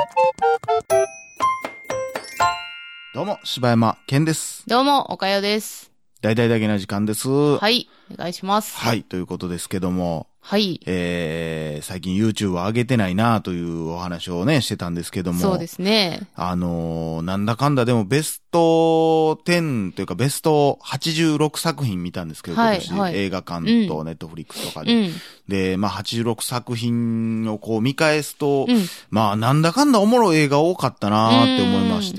どうも、柴山健です。 どうも、おかよです。 大々だけな時間です。 はい、お願いします。 はい、ということですけども。 はい。 最近 YouTube は上げてないなというお話をね、してたんですけども。 そうですね。 なんだかんだでもベスト10というかベスト86作品見たんですけど、今年、はい、映画館とネットフリックスとかで。で、まあ86作品をこう見返すと、まあなんだかんだおもろい映画多かったなって思いまして。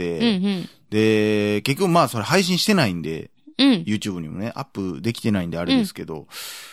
で、結局まあそれ配信してないんで、YouTube にもね、アップできてないんであれですけど、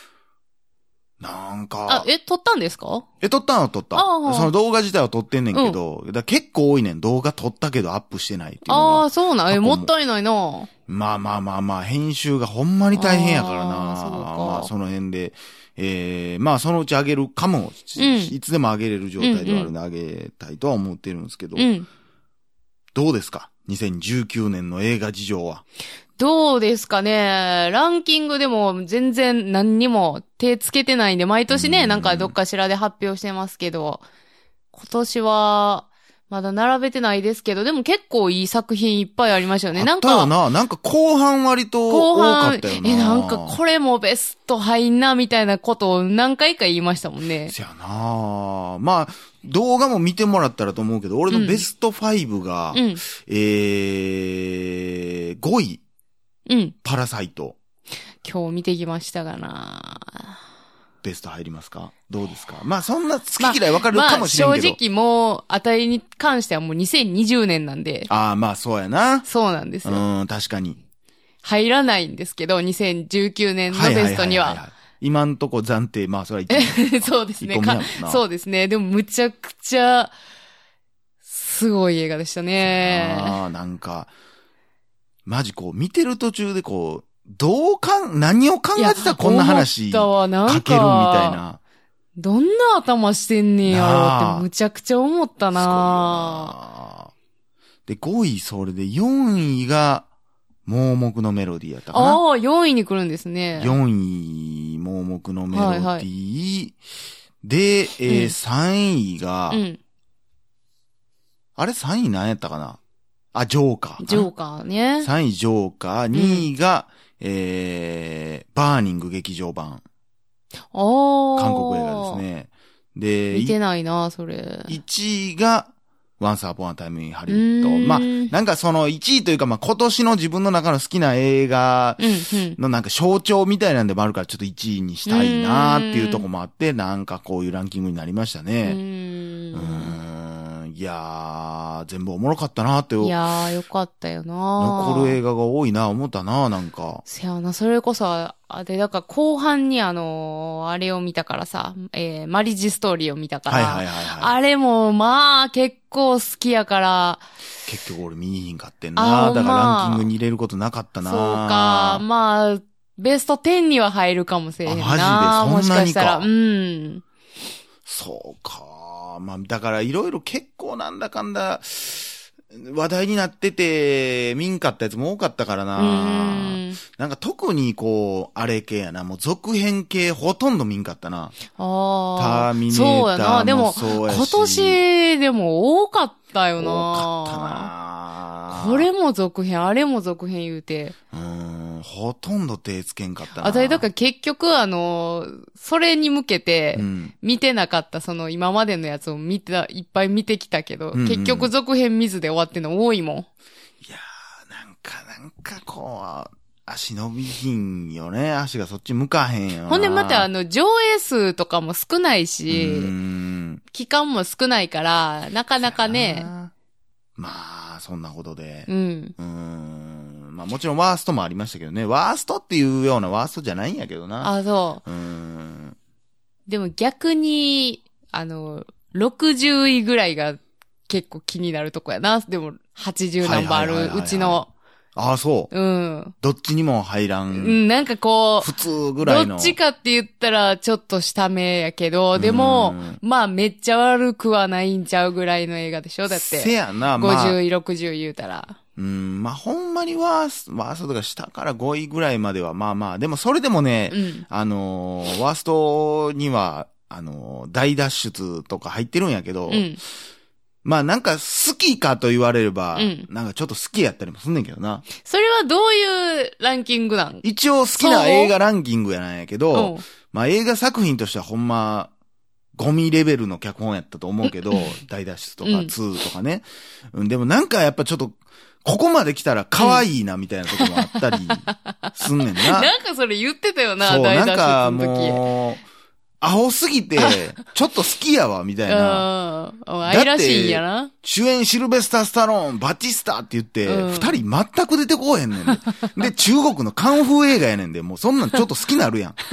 なんか。 撮ったんですか？ 撮ったの撮った。その動画自体は撮ってんねんけど、だ結構多いねん。動画撮ったけどアップしてないっていうのが。 ああ、そうなん。もったいないな。 まあ、編集がほんまに大変やからな。まあ、その辺で、まあ、そのうち上げるかも、いつでも上げれる状態ではあるんで、上げたいとは思ってるんですけど、どうですか ?2019 年の映画事情は。 どうですかね。ランキングでも全然何にも手つけてないんで、毎年ね、なんかどっかしらで発表してますけど、今年はまだ並べてないですけど、でも結構いい作品いっぱいありましたよね。 あったよな。なんか後半割と多かったよな。 なんかこれもベスト入んなみたいなことを何回か言いましたもんね。 そやな。まあ、動画も見てもらったらと思うけど、俺のベスト5が、5位。パラサイト。 今日見てきましたがな。 ベスト入りますか？どうですか？まあそんな好き嫌い分かるかもしれんけど。 正直もう、あたりに関してはもう2020年なんで。 ああ、まあそうやな。 そうなんですよ。 確かに。 入らないんですけど、2019年のベストには。 今んとこ暫定、まあそれは 1そうですね。そうですね。でもむちゃくちゃ、すごい映画でしたね。 ああ、なんか、マジこう、見てる途中でこう、何を考えてたこんな話かけるみたいな。 どんな頭してんねんやろってむちゃくちゃ思ったな。 で、5位それで4位が、盲目のメロディーやったかな。 ああ、4位に来るんですね。 4位、盲目のメロディー。で、3位が、あれ3位何やったかな？ジョーカー。 ジョーカーね。 3位ジョーカー、2位が、バーニング劇場版。韓国映画ですね。で、 見てないな、それ。 1位が、Once Upon a Time in Hollywood。まあ、なんかその1位というか、まあ今年の自分の中の好きな映画のなんか象徴みたいなんでもあるから、ちょっと1位にしたいなっていうところもあって、なんかこういうランキングになりましたね。いやー、全部おもろかったなって。 いやー、よかったよな。 残る映画が多いな、思ったな、なんか。 せやな、それこそ、だから後半にあれを見たからさ、マリッジストーリーを見たから、あれも、まあ、結構好きやから。 結局俺見にひんかってんな。だからランキングに入れることなかったな。 そうか、まあ、ベスト10には入るかもしれへんな。 マジでそんなにか。 もしかしたら、 そうか。まあ、だからいろいろ結構なんだかんだ話題になってて見んかったやつも多かったからな。なんか特にこう、あれ系やな。もう続編系ほとんど見んかったな。ターミネーターもそうやな。 でも、今年でも多かったよな。 多かったな。 これも続編、あれも続編言うて。 ほとんど手つけんかったな。 だから結局それに向けて、見てなかった今までのやつをいっぱい見てきたけど、結局続編見ずで終わってんの多いもん。いやー、なんかこう、足伸びひんよね。足がそっち向かへんよな。 ほんでまた上映数とかも少ないし、期間も少ないから、なかなかね。 まあ、そんなことで。まあもちろんワーストもありましたけどね。ワーストっていうようなワーストじゃないんやけどな。 そう。でも逆に、60位ぐらいが結構気になるとこやな。でも80何本あるうちの。 そう。どっちにも入らん。 なんかこう、 普通ぐらいの。 どっちかって言ったらちょっと下目やけど、でも、まあめっちゃ悪くはないんちゃうぐらいの映画でしょだって。 せやな、 まあ。50位、60位言うたら。 まあほんまにワーストとか下から5位ぐらいまでは、まあまあ、でもそれでもね、ワーストには、大脱出とか入ってるんやけど、 まあなんか好きかと言われれば、なんかちょっと好きやったりもすんねんけどな。 それはどういうランキングなん？ 一応好きな映画ランキングやなんやけど、まあ映画作品としてはほんま、ゴミレベルの脚本やったと思うけど、大脱出とか2とかね。でもなんかやっぱちょっと、ここまで来たら可愛いなみたいなとこもあったりすんねんな。 なんかそれ言ってたよな、 そう、 大脱出の時。 なんかもう、アホすぎて、ちょっと好きやわ、みたいな。 愛らしいんやな。 主演シルベスター・スタローン、バティスタって言って、二人全く出てこうへんねんで。で、中国のカンフー映画やねんで、もうそんなんちょっと好きなるやん。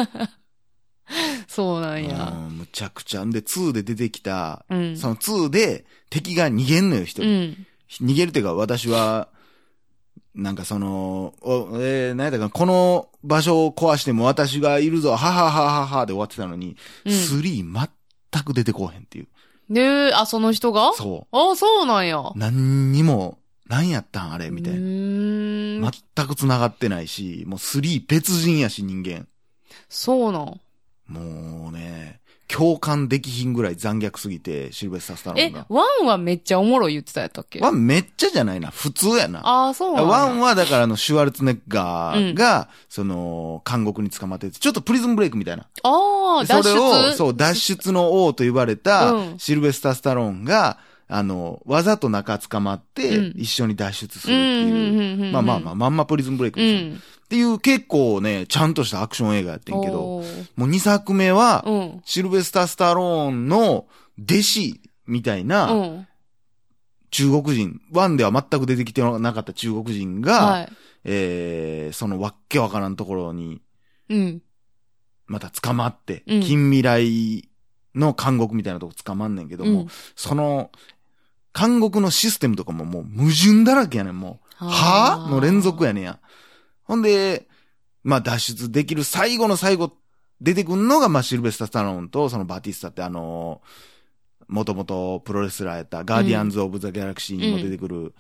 そうなんや。 むちゃくちゃ。んで、2で出てきた、その2で敵が逃げんのよ、一人。逃げるっていうか、私は、なんかその、何やったか、この場所を壊しても私がいるぞ、はははははで終わってたのに、3全く出てこうへんっていう。 で、その人が？ そう。 そうなんや。 何にも、何やったんあれみたいな。全く繋がってないし、もう3別人やし、人間。 そうなん。 もうね、共感できひんぐらい残虐すぎて、シルベスター・スタローンが。 1はめっちゃおもろい言ってたやったっけ？ 1めっちゃじゃないな。普通やな。 そうなんだ。 1はだからシュワルツェネッガーが、その、監獄に捕まってて、ちょっとプリズンブレイクみたいな。 脱出？ それを、そう、脱出の王と言われた、シルベスター・スタローンが、わざと中捕まって、一緒に脱出するっていう。まんまプリズンブレイクですよ。っていう結構ね、ちゃんとしたアクション映画やってんけど、もう2作目は、シルベスター・スタローンの弟子みたいな、中国人、1では全く出てきてなかった中国人が、そのわっけわからんところに、また捕まって、近未来の監獄みたいなとこ捕まんねんけども、その、監獄のシステムとかももう矛盾だらけやねん、もう。はぁの連続やねんや。ほんで、まあ脱出できる最後の最後出てくんのが、まあシルベスター・スタローンとそのバティスタってもともとプロレスラーやったガーディアンズ・オブ・ザ・ギャラクシーにも出てくる、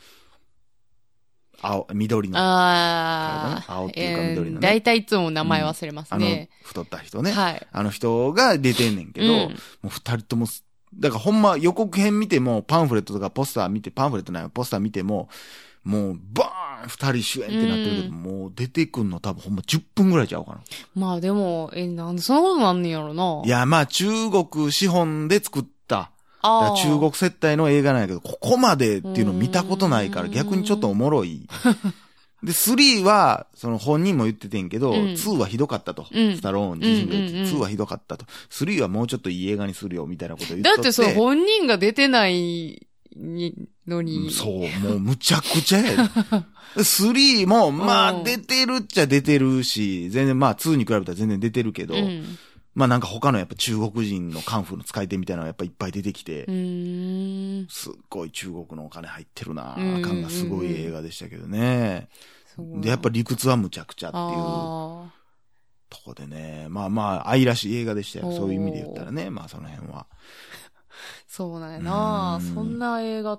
緑の。青っていうか緑のね。 大体いつも名前忘れますね。 太った人ね。はい。人が出てんねんけど、もう二人とも、だからほんま予告編見ても、パンフレットとかポスター見て、パンフレットないポスター見ても、もう、バーン二人主演ってなってるけど、もう出てくんの多分ほんま10分ぐらいちゃうかな。 まあでも、なんでそんなことなんねんやろな。 いや、まあ中国資本で作った、中国接待の映画なんやけど、ここまでっていうの見たことないから逆にちょっとおもろい。で、3は、その本人も言っててんけど、2はひどかったと。スタローン自身が言って、2はひどかったと。3はもうちょっといい映画にするよ、みたいなことを言ってだってそれ本人が出てないのに。 そう、もうむちゃくちゃや。3も、まあ出てるっちゃ出てるし、全然まあ2に比べたら全然出てるけど、まあなんか他のやっぱ中国人のカンフーの使い手みたいなのがやっぱいっぱい出てきて、すっごい中国のお金入ってるなぁ、感がすごい映画でしたけどね。で、やっぱ理屈はむちゃくちゃっていうとこでね、まあまあ愛らしい映画でしたよ。そういう意味で言ったらね、まあその辺は。 そうなんやなぁ。そんな映画って。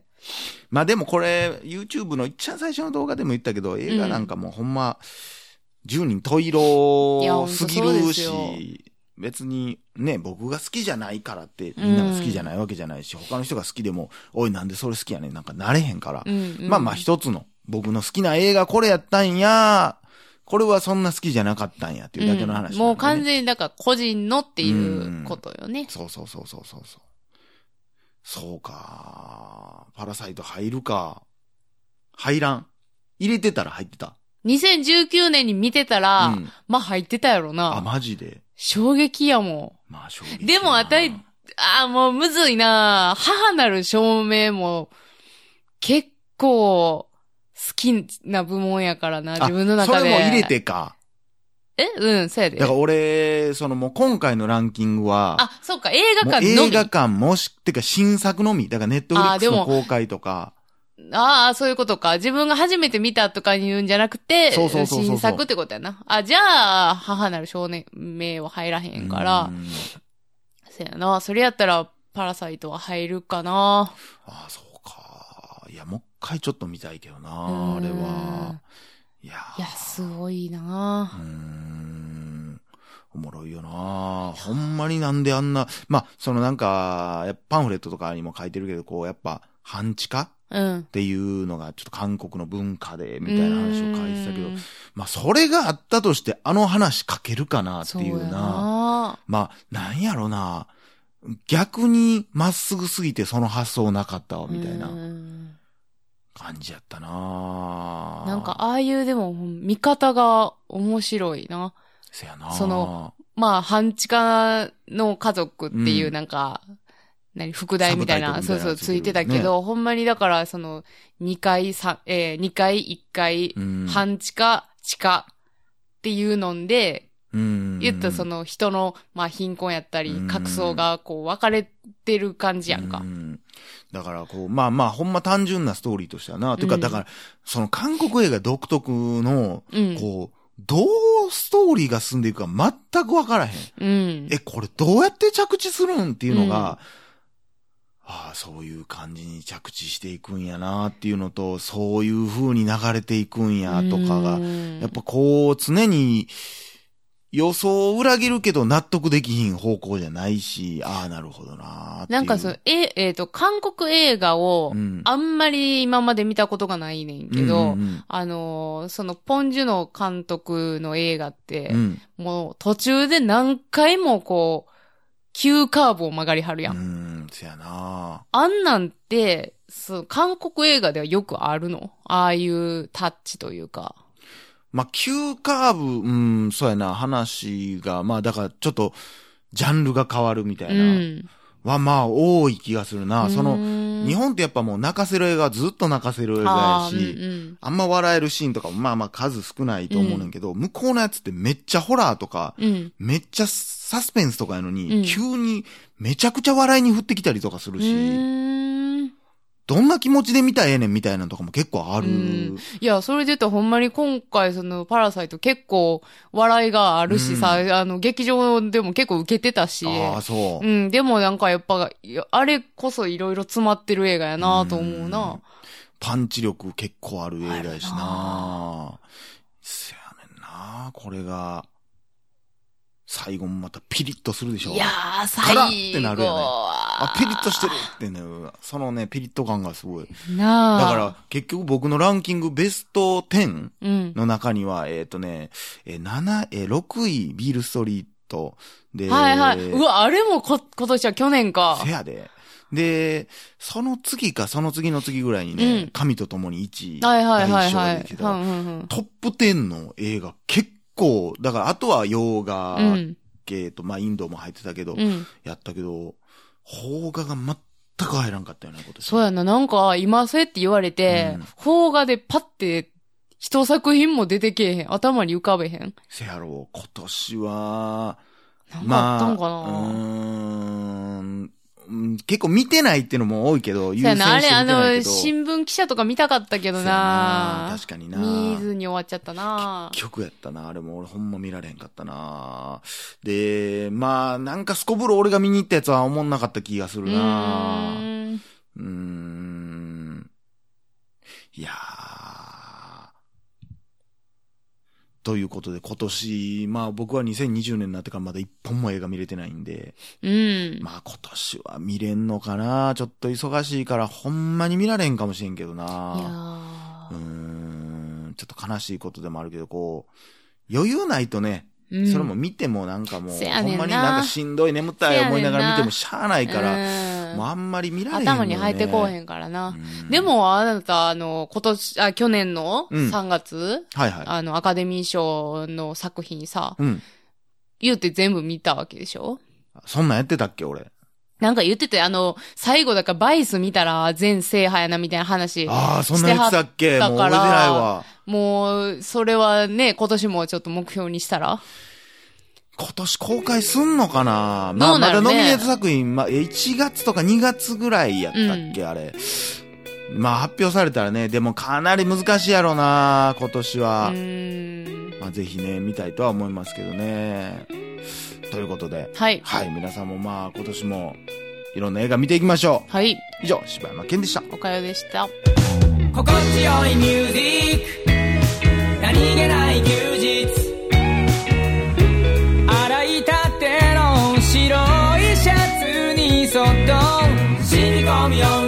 まあでもこれ、YouTube の一番最初の動画でも言ったけど、映画なんかもうほんま、10人十色すぎるし、別にね、僕が好きじゃないからってみんなが好きじゃないわけじゃないし、他の人が好きでも、おいなんでそれ好きやねんなんかなれへんから。まあまあ一つの僕の好きな映画これやったんや、これはそんな好きじゃなかったんやっていうだけの話、ねもう完全にだから個人のっていうことよね。 そう。そうか。パラサイト入るか。入らん。入れてたら入ってた。 2019年に見てたら、まあ入ってたやろな。 マジで。 衝撃やもん。 まあ衝撃。 でももうむずいな。母なる証明も、結構、好きな部門やからな、自分の中で。 それも入れてか。 そうやで。 だから俺、もう今回のランキングは、 そうか、映画館のみ。 映画館てか新作のみ。だからネットフリックスの公開とか。 そういうことか。自分が初めて見たとか言うんじゃなくて、新作ってことやな。じゃあ、母なる少年名は入らへんから。そうやな。それやったら、パラサイトは入るかな。 そうか。いや、もう一回ちょっと見たいけどな、あれは。いや、 すごいなおもろいよなほんまになんであんな、まあ、そのなんか、パンフレットとかにも書いてるけど、こう、やっぱ、半地下っていうのがちょっと韓国の文化で、みたいな話を書いてたけど、まあ、それがあったとして、あの話書けるかなっていうな。まあ、なんやろな。逆にまっすぐすぎてその発想なかったわ、みたいな感じやったな。 なんか、ああいうでも、見方が面白いな。 せやな。 その、まあ、半地下の家族っていうなんか、副題みたいな、そうそう、ついてたけど、ほんまにだから、その、2階、1階、半地下、地下っていうので、言ったその人の、まあ、貧困やったり、格層がこう、分かれてる感じやんか。 だから、こう、まあまあ、ほんま単純なストーリーとしてはな、というか、だから、その韓国映画独特の、こう、どうストーリーが進んでいくか全く分からへん。これどうやって着地するんっていうのが、ああ、そういう感じに着地していくんやなっていうのと、そういう風に流れていくんやとかが、やっぱこう、常に予想を裏切るけど納得できひん方向じゃないし、ああ、なるほどなっていう。 なんかそう、韓国映画を、あんまり今まで見たことがないねんけど、そのポン・ジュノ監督の映画って、もう途中で何回もこう、急カーブを曲がりはるやん。 そやな。 あんなんて、韓国映画ではよくあるの？ああいうタッチというか。 まあ、急カーブ、そうやな、話が、まあ、だからちょっと、ジャンルが変わるみたいな、は、まあ、多い気がするな。その、日本ってやっぱもう泣かせる映画はずっと泣かせる映画やし、あんま笑えるシーンとかもまあまあ数少ないと思うねんけど、向こうのやつってめっちゃホラーとか、めっちゃサスペンスとかやのに、急にめちゃくちゃ笑いに振ってきたりとかするし、どんな気持ちで見たらええねんみたいなのとかも結構ある。 いや、それで言うとほんまに今回そのパラサイト結構笑いがあるしさ、劇場でも結構受けてたし。 ああ、そう。 でもなんかやっぱ、あれこそいろいろ詰まってる映画やなと思うな。 パンチ力結構ある映画やしな。せやねんな。これが、最後もまたピリッとするでしょ。 いやー、最後ってなるよね。 あ、ピリッとしてるってね、そのね、ピリッと感がすごい。 なあ。 だから、結局僕のランキングベスト10の中には、6位、ビールストリート。で、 はいはい。うわ、あれも今年は去年か。 せやで。で、その次か、その次の次ぐらいにね、神と共に1位。 はいはいはいはい。 トップ10の映画結構、だからあとは洋画系と、まあインドも入ってたけど、やったけど、邦画が全く入らんかったよね、今年。 そうやな、なんか今そうやって言われて、邦画でパッて一作品も出てけえへん。頭に浮かべへん。 せやろ、今年は、 なんかあったんかな、結構見てないっていうのも多いけど、 優先して見てないけど。あれ、新聞記者とか見たかったけどな。 確かにな。 見ずに終わっちゃったな。 結局やったな。あれも俺ほんま見られへんかったな。で、まあ、なんかすこぶる俺が見に行ったやつは思んなかった気がするな。いやということで今年、まあ僕は2020年になってからまだ一本も映画見れてないんで、まあ今年は見れんのかな。ちょっと忙しいからほんまに見られんかもしれんけどな。ちょっと悲しいことでもあるけど、こう、余裕ないとね、それも見てもなんかもう、ほんまになんかしんどい眠ったい思いながら見てもしゃあないから、もうあんまり見られへんよね。 頭に入ってこうへんからな。でもあなた、去年の3月、アカデミー賞の作品さ、言うて全部見たわけでしょ？ そんなんやってたっけ俺。 なんか言ってて、最後だからバイス見たら全制覇やなみたいな話してはったから。 そんなん言ってたっけ？もう覚えてないわ。 もう、それはね、今年もちょっと目標にしたら？ 今年公開すんのかな。まあ、まだノミネート作品、1月とか2月ぐらいやったっけ、あれ。まあ、発表されたらね、でもかなり難しいやろな、今年は。まあ、ぜひね、見たいとは思いますけどね。ということで。 はい。 はい、皆さんもまあ、今年もいろんな映画見ていきましょう。 はい。 以上、柴山健でした。 おかよでした。 心地よいミュージック。何気ない休日。洗い込むよう